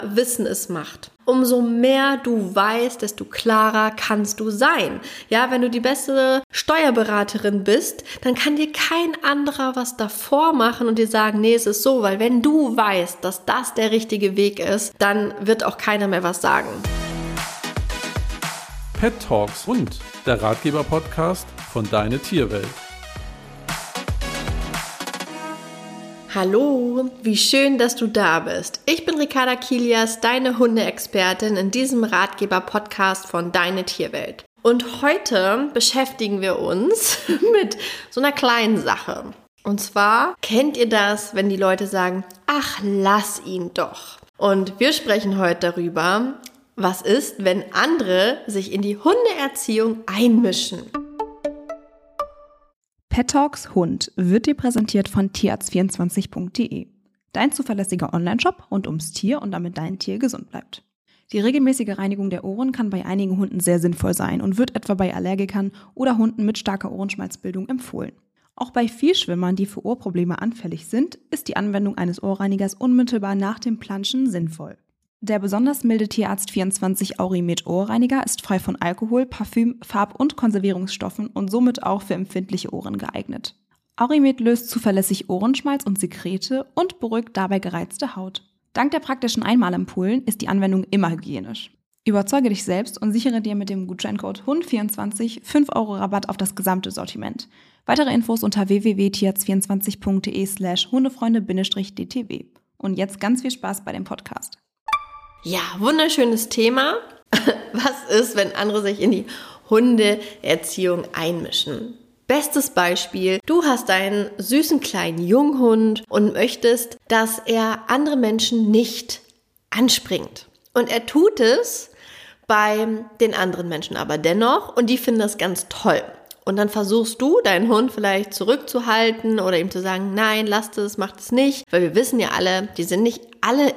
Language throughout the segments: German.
Wissen es macht. Umso mehr du weißt, desto klarer kannst du sein. Ja, wenn du die beste Steuerberaterin bist, dann kann dir kein anderer was davor machen und dir sagen, nee, es ist so, weil wenn du weißt, dass das der richtige Weg ist, dann wird auch keiner mehr was sagen. Pet Talks Hund, der Ratgeber-Podcast von Deine Tierwelt. Hallo, wie schön, dass du da bist. Ich bin Ricarda Kilias, deine Hundeexpertin in diesem Ratgeber-Podcast von Deine Tierwelt. Und heute beschäftigen wir uns mit so einer kleinen Sache. Und zwar, kennt ihr das, wenn die Leute sagen, ach, lass ihn doch. Und wir sprechen heute darüber, was ist, wenn andere sich in die Hundeerziehung einmischen. Pet Talks Hund wird dir präsentiert von tierarzt24.de. Dein zuverlässiger Onlineshop rund ums Tier und damit dein Tier gesund bleibt. Die regelmäßige Reinigung der Ohren kann bei einigen Hunden sehr sinnvoll sein und wird etwa bei Allergikern oder Hunden mit starker Ohrenschmalzbildung empfohlen. Auch bei Vielschwimmern, die für Ohrprobleme anfällig sind, ist die Anwendung eines Ohrreinigers unmittelbar nach dem Planschen sinnvoll. Der besonders milde Tierarzt24 Aurimed Ohrreiniger ist frei von Alkohol, Parfüm, Farb- und Konservierungsstoffen und somit auch für empfindliche Ohren geeignet. Aurimed löst zuverlässig Ohrenschmalz und Sekrete und beruhigt dabei gereizte Haut. Dank der praktischen Einmalampullen ist die Anwendung immer hygienisch. Überzeuge dich selbst und sichere dir mit dem Gutscheincode HUND24 5 € Rabatt auf das gesamte Sortiment. Weitere Infos unter www.tierarzt24.de/hundefreunde-dtw. Und jetzt ganz viel Spaß bei dem Podcast. Ja, wunderschönes Thema. Was ist, wenn andere sich in die Hundeerziehung einmischen? Bestes Beispiel, du hast einen süßen kleinen Junghund und möchtest, dass er andere Menschen nicht anspringt. Und er tut es bei den anderen Menschen aber dennoch und die finden das ganz toll. Und dann versuchst du, deinen Hund vielleicht zurückzuhalten oder ihm zu sagen, nein, lasst es, macht es nicht. Weil wir wissen ja alle, die sind nicht alle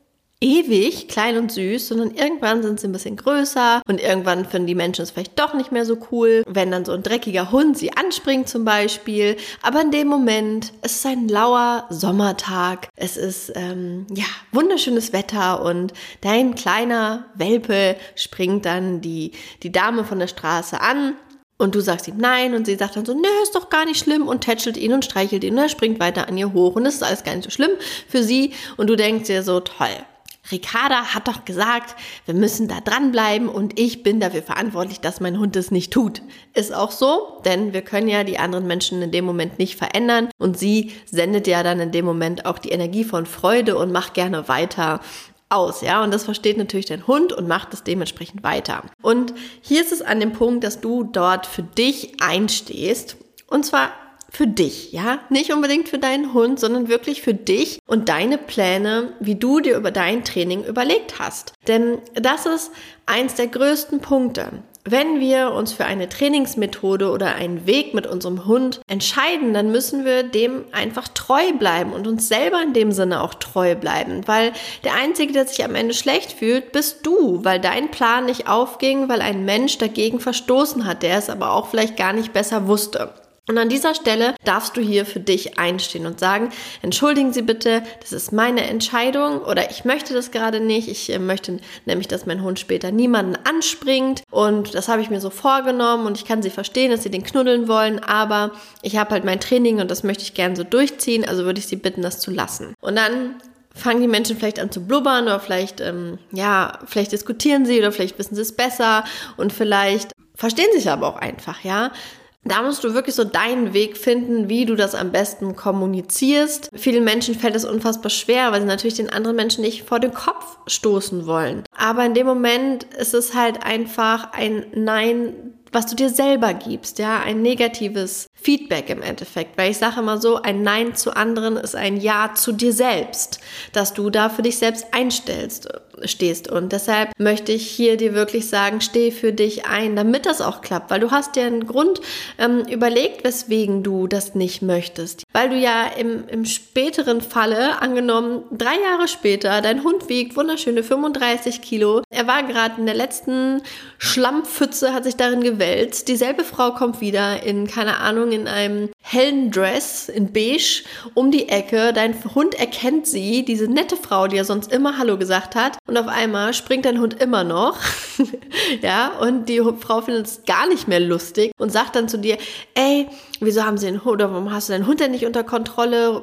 ewig klein und süß, sondern irgendwann sind sie ein bisschen größer und irgendwann finden die Menschen es vielleicht doch nicht mehr so cool, wenn dann so ein dreckiger Hund sie anspringt zum Beispiel. Aber in dem Moment, es ist ein lauer Sommertag, es ist wunderschönes Wetter und dein kleiner Welpe springt dann die Dame von der Straße an. Und du sagst ihm nein und sie sagt dann so, nö, ist doch gar nicht schlimm und tätschelt ihn und streichelt ihn und er springt weiter an ihr hoch und es ist alles gar nicht so schlimm für sie und du denkst dir so, toll. Ricarda hat doch gesagt, wir müssen da dranbleiben und ich bin dafür verantwortlich, dass mein Hund es nicht tut. Ist auch so, denn wir können ja die anderen Menschen in dem Moment nicht verändern und sie sendet ja dann in dem Moment auch die Energie von Freude und macht gerne weiter aus, ja, und das versteht natürlich dein Hund und macht es dementsprechend weiter. Und hier ist es an dem Punkt, dass du dort für dich einstehst und zwar für dich, ja, nicht unbedingt für deinen Hund, sondern wirklich für dich und deine Pläne, wie du dir über dein Training überlegt hast. Denn das ist eins der größten Punkte. Wenn wir uns für eine Trainingsmethode oder einen Weg mit unserem Hund entscheiden, dann müssen wir dem einfach treu bleiben und uns selber in dem Sinne auch treu bleiben, weil der Einzige, der sich am Ende schlecht fühlt, bist du, weil dein Plan nicht aufging, weil ein Mensch dagegen verstoßen hat, der es aber auch vielleicht gar nicht besser wusste. Und an dieser Stelle darfst du hier für dich einstehen und sagen, entschuldigen Sie bitte, das ist meine Entscheidung oder ich möchte das gerade nicht. Ich möchte nämlich, dass mein Hund später niemanden anspringt und das habe ich mir so vorgenommen und ich kann Sie verstehen, dass Sie den knuddeln wollen, aber ich habe halt mein Training und das möchte ich gerne so durchziehen, also würde ich Sie bitten, das zu lassen. Und dann fangen die Menschen vielleicht an zu blubbern oder vielleicht diskutieren sie oder vielleicht wissen sie es besser und vielleicht verstehen sie sich aber auch einfach, ja. Da musst du wirklich so deinen Weg finden, wie du das am besten kommunizierst. Vielen Menschen fällt es unfassbar schwer, weil sie natürlich den anderen Menschen nicht vor den Kopf stoßen wollen. Aber in dem Moment ist es halt einfach ein Nein, was du dir selber gibst, ja, ein negatives Feedback im Endeffekt, weil ich sage immer so, ein Nein zu anderen ist ein Ja zu dir selbst, dass du da für dich selbst stehst und deshalb möchte ich hier dir wirklich sagen, steh für dich ein, damit das auch klappt, weil du hast dir einen Grund überlegt, weswegen du das nicht möchtest. weil du ja im späteren Falle, angenommen 3 Jahre später, dein Hund wiegt wunderschöne 35 Kilo, er war gerade in der letzten Schlammpfütze, hat sich darin gewälzt, dieselbe Frau kommt wieder in, keine Ahnung, in einem hellen Dress, in beige, um die Ecke, dein Hund erkennt sie, diese nette Frau, die ja sonst immer Hallo gesagt hat, und auf einmal springt dein Hund immer noch, ja, und die Frau findet es gar nicht mehr lustig und sagt dann zu dir, ey, wieso haben sie den Hund, oder warum hast du deinen Hund denn nicht unter Kontrolle?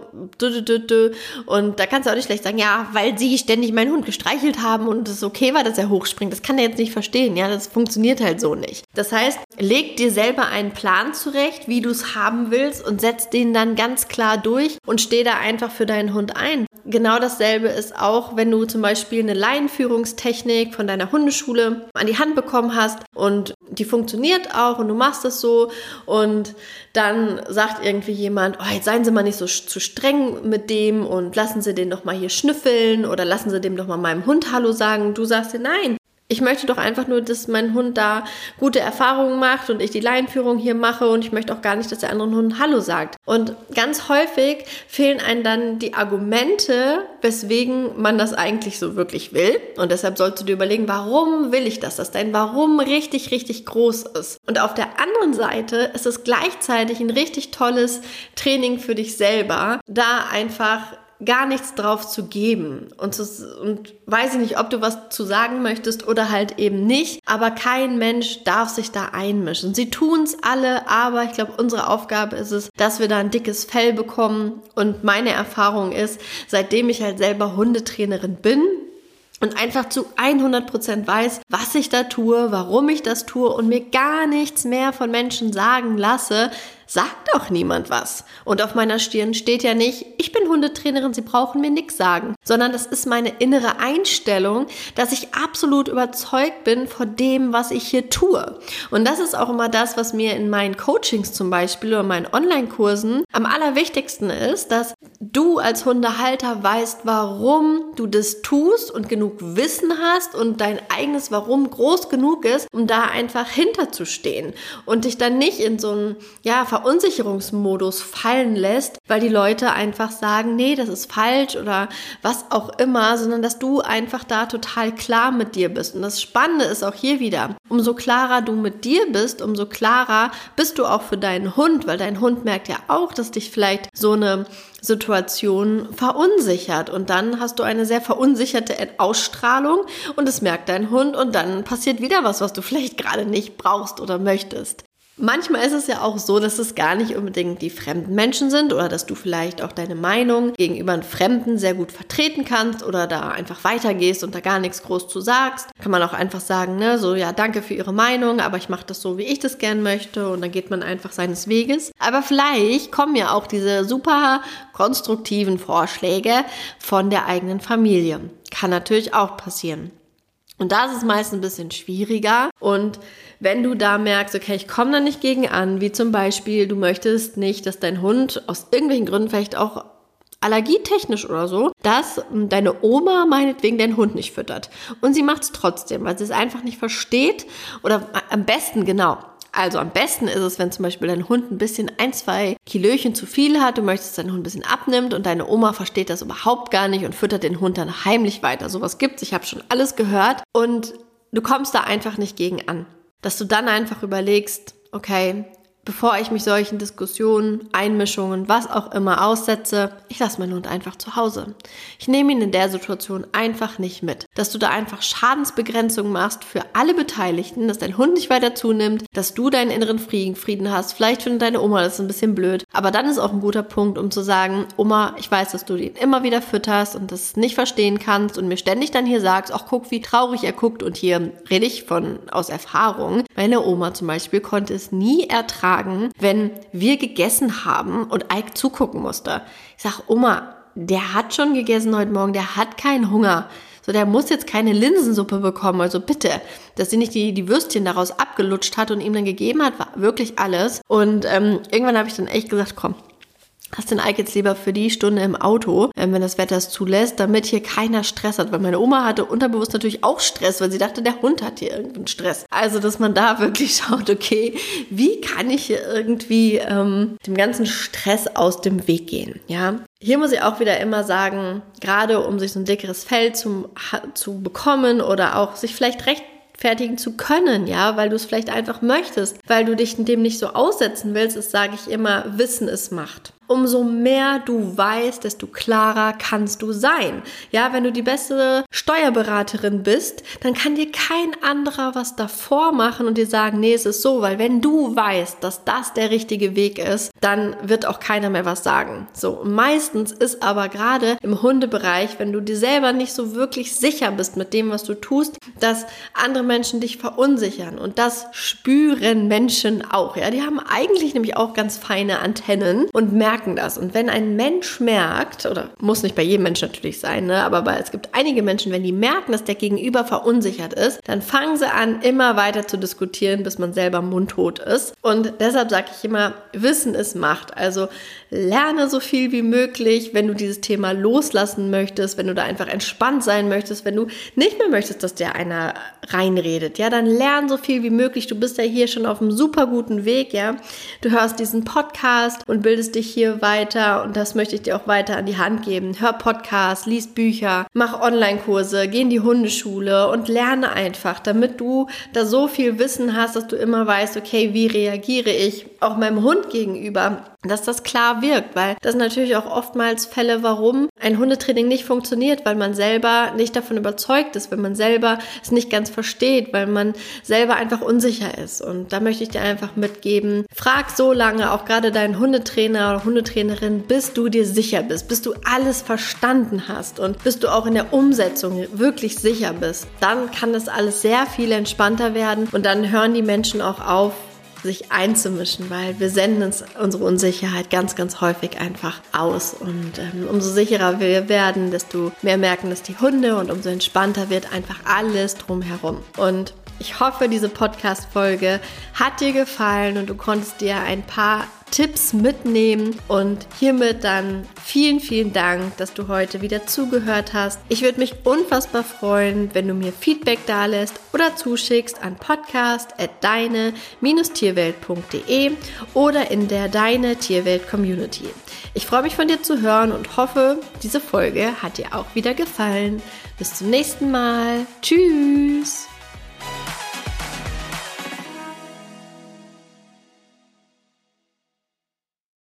Und da kannst du auch nicht schlecht sagen, ja, weil sie ständig meinen Hund gestreichelt haben und es okay war, dass er hochspringt. Das kann er jetzt nicht verstehen, ja, das funktioniert halt so nicht. Das heißt, leg dir selber einen Plan zurecht, wie du es haben willst und setz den dann ganz klar durch und steh da einfach für deinen Hund ein. Genau dasselbe ist auch, wenn du zum Beispiel eine Laienführungstechnik von deiner Hundeschule an die Hand bekommen hast und die funktioniert auch und du machst es so und dann sagt irgendwie jemand, oh, jetzt seien Sie mal nicht so zu streng mit dem und lassen Sie den doch mal hier schnüffeln oder lassen Sie dem doch mal meinem Hund Hallo sagen. Du sagst dir, nein. Ich möchte doch einfach nur, dass mein Hund da gute Erfahrungen macht und ich die Laienführung hier mache und ich möchte auch gar nicht, dass der anderen Hund Hallo sagt. Und ganz häufig fehlen einem dann die Argumente, weswegen man das eigentlich so wirklich will. Und deshalb sollst du dir überlegen, warum will ich das, dass dein Warum richtig, richtig groß ist. Und auf der anderen Seite ist es gleichzeitig ein richtig tolles Training für dich selber, da einfach gar nichts drauf zu geben und weiß ich nicht, ob du was zu sagen möchtest oder halt eben nicht, aber kein Mensch darf sich da einmischen. Sie tun es alle, aber ich glaube, unsere Aufgabe ist es, dass wir da ein dickes Fell bekommen und meine Erfahrung ist, seitdem ich halt selber Hundetrainerin bin, und einfach zu 100% weiß, was ich da tue, warum ich das tue und mir gar nichts mehr von Menschen sagen lasse, sagt auch niemand was. Und auf meiner Stirn steht ja nicht, ich bin Hundetrainerin, Sie brauchen mir nichts sagen, sondern das ist meine innere Einstellung, dass ich absolut überzeugt bin von dem, was ich hier tue. Und das ist auch immer das, was mir in meinen Coachings zum Beispiel oder meinen Online-Kursen am allerwichtigsten ist, dass du als Hundehalter weißt, warum du das tust und genug Wissen hast und dein eigenes Warum groß genug ist, um da einfach hinterzustehen und dich dann nicht in so einen Verunsicherungsmodus fallen lässt, weil die Leute einfach sagen, nee, das ist falsch oder was auch immer, sondern dass du einfach da total klar mit dir bist. Und das Spannende ist auch hier wieder, umso klarer du mit dir bist, umso klarer bist du auch für deinen Hund, weil dein Hund merkt ja auch, dass dich vielleicht so eine Situation verunsichert und dann hast du eine sehr verunsicherte Ausstrahlung und das merkt dein Hund und dann passiert wieder was du vielleicht gerade nicht brauchst oder möchtest. Manchmal ist es ja auch so, dass es gar nicht unbedingt die fremden Menschen sind oder dass du vielleicht auch deine Meinung gegenüber einem Fremden sehr gut vertreten kannst oder da einfach weitergehst und da gar nichts groß zu sagst. Kann man auch einfach sagen, ne, so, ja, danke für Ihre Meinung, aber ich mache das so, wie ich das gern möchte und dann geht man einfach seines Weges. Aber vielleicht kommen ja auch diese super konstruktiven Vorschläge von der eigenen Familie. Kann natürlich auch passieren. Und da ist es meist ein bisschen schwieriger und wenn du da merkst, okay, ich komme da nicht gegen an, wie zum Beispiel, du möchtest nicht, dass dein Hund aus irgendwelchen Gründen vielleicht auch allergietechnisch oder so, dass deine Oma meinetwegen deinen Hund nicht füttert und sie macht es trotzdem, weil sie es einfach nicht versteht oder am besten, genau. Also am besten ist es, wenn zum Beispiel dein Hund ein bisschen 1-2 Kilöchen zu viel hat, du möchtest, dass dein Hund ein bisschen abnimmt und deine Oma versteht das überhaupt gar nicht und füttert den Hund dann heimlich weiter. Sowas gibt's, ich habe schon alles gehört und du kommst da einfach nicht gegen an. Dass du dann einfach überlegst, okay, bevor ich mich solchen Diskussionen, Einmischungen, was auch immer aussetze, ich lasse meinen Hund einfach zu Hause. Ich nehme ihn in der Situation einfach nicht mit. Dass du da einfach Schadensbegrenzung machst für alle Beteiligten, dass dein Hund nicht weiter zunimmt, dass du deinen inneren Frieden hast. Vielleicht findet deine Oma das ein bisschen blöd, aber dann ist auch ein guter Punkt, um zu sagen, Oma, ich weiß, dass du ihn immer wieder fütterst und das nicht verstehen kannst und mir ständig dann hier sagst, ach guck, wie traurig er guckt und hier rede ich aus Erfahrung. Meine Oma zum Beispiel konnte es nie ertragen, wenn wir gegessen haben und Ike zugucken musste. Ich sag, Oma, der hat schon gegessen heute Morgen, der hat keinen Hunger. So, der muss jetzt keine Linsensuppe bekommen, also bitte, dass sie nicht die Würstchen daraus abgelutscht hat und ihm dann gegeben hat, war wirklich alles. Und irgendwann habe ich dann echt gesagt, komm, lass den Ike jetzt lieber für die Stunde im Auto, wenn das Wetter es zulässt, damit hier keiner Stress hat. Weil meine Oma hatte unterbewusst natürlich auch Stress, weil sie dachte, der Hund hat hier irgendeinen Stress. Also, dass man da wirklich schaut, okay, wie kann ich hier irgendwie dem ganzen Stress aus dem Weg gehen, ja? Hier muss ich auch wieder immer sagen, gerade um sich so ein dickeres Fell zu bekommen oder auch sich vielleicht rechtfertigen zu können, ja, weil du es vielleicht einfach möchtest, weil du dich dem nicht so aussetzen willst, ist, sage ich immer, Wissen ist Macht. Umso mehr du weißt, desto klarer kannst du sein. Ja, wenn du die beste Steuerberaterin bist, dann kann dir kein anderer was davor machen und dir sagen, nee, es ist so, weil wenn du weißt, dass das der richtige Weg ist, dann wird auch keiner mehr was sagen. So, und meistens ist aber gerade im Hundebereich, wenn du dir selber nicht so wirklich sicher bist mit dem, was du tust, dass andere Menschen dich verunsichern und das spüren Menschen auch. Ja, die haben eigentlich nämlich auch ganz feine Antennen und merken das. Und wenn ein Mensch merkt, oder muss nicht bei jedem Menschen natürlich sein, ne, aber es gibt einige Menschen, wenn die merken, dass der Gegenüber verunsichert ist, dann fangen sie an, immer weiter zu diskutieren, bis man selber mundtot ist. Und deshalb sage ich immer, Wissen ist Macht. Also lerne so viel wie möglich, wenn du dieses Thema loslassen möchtest, wenn du da einfach entspannt sein möchtest, wenn du nicht mehr möchtest, dass dir einer reinredet, ja, dann lern so viel wie möglich. Du bist ja hier schon auf einem super guten Weg, ja. Du hörst diesen Podcast und bildest dich hier weiter und das möchte ich dir auch weiter an die Hand geben. Hör Podcasts, lies Bücher, mach Online-Kurse, geh in die Hundeschule und lerne einfach, damit du da so viel Wissen hast, dass du immer weißt, okay, wie reagiere ich auch meinem Hund gegenüber, dass das klar wirkt, weil das sind natürlich auch oftmals Fälle, warum ein Hundetraining nicht funktioniert, weil man selber nicht davon überzeugt ist, weil man selber es nicht ganz versteht, weil man selber einfach unsicher ist. Und da möchte ich dir einfach mitgeben, frag so lange auch gerade deinen Hundetrainer oder Hundetrainerin, bis du dir sicher bist, bis du alles verstanden hast und bis du auch in der Umsetzung wirklich sicher bist. Dann kann das alles sehr viel entspannter werden und dann hören die Menschen auch auf, sich einzumischen, weil wir senden uns unsere Unsicherheit ganz, ganz häufig einfach aus. Und umso sicherer wir werden, desto mehr merken das die Hunde und umso entspannter wird einfach alles drumherum. Und ich hoffe, diese Podcast-Folge hat dir gefallen und du konntest dir ein paar Tipps mitnehmen und hiermit dann vielen, vielen Dank, dass du heute wieder zugehört hast. Ich würde mich unfassbar freuen, wenn du mir Feedback dalässt oder zuschickst an podcast@deine-tierwelt.de oder in der Deine Tierwelt Community. Ich freue mich von dir zu hören und hoffe, diese Folge hat dir auch wieder gefallen. Bis zum nächsten Mal. Tschüss!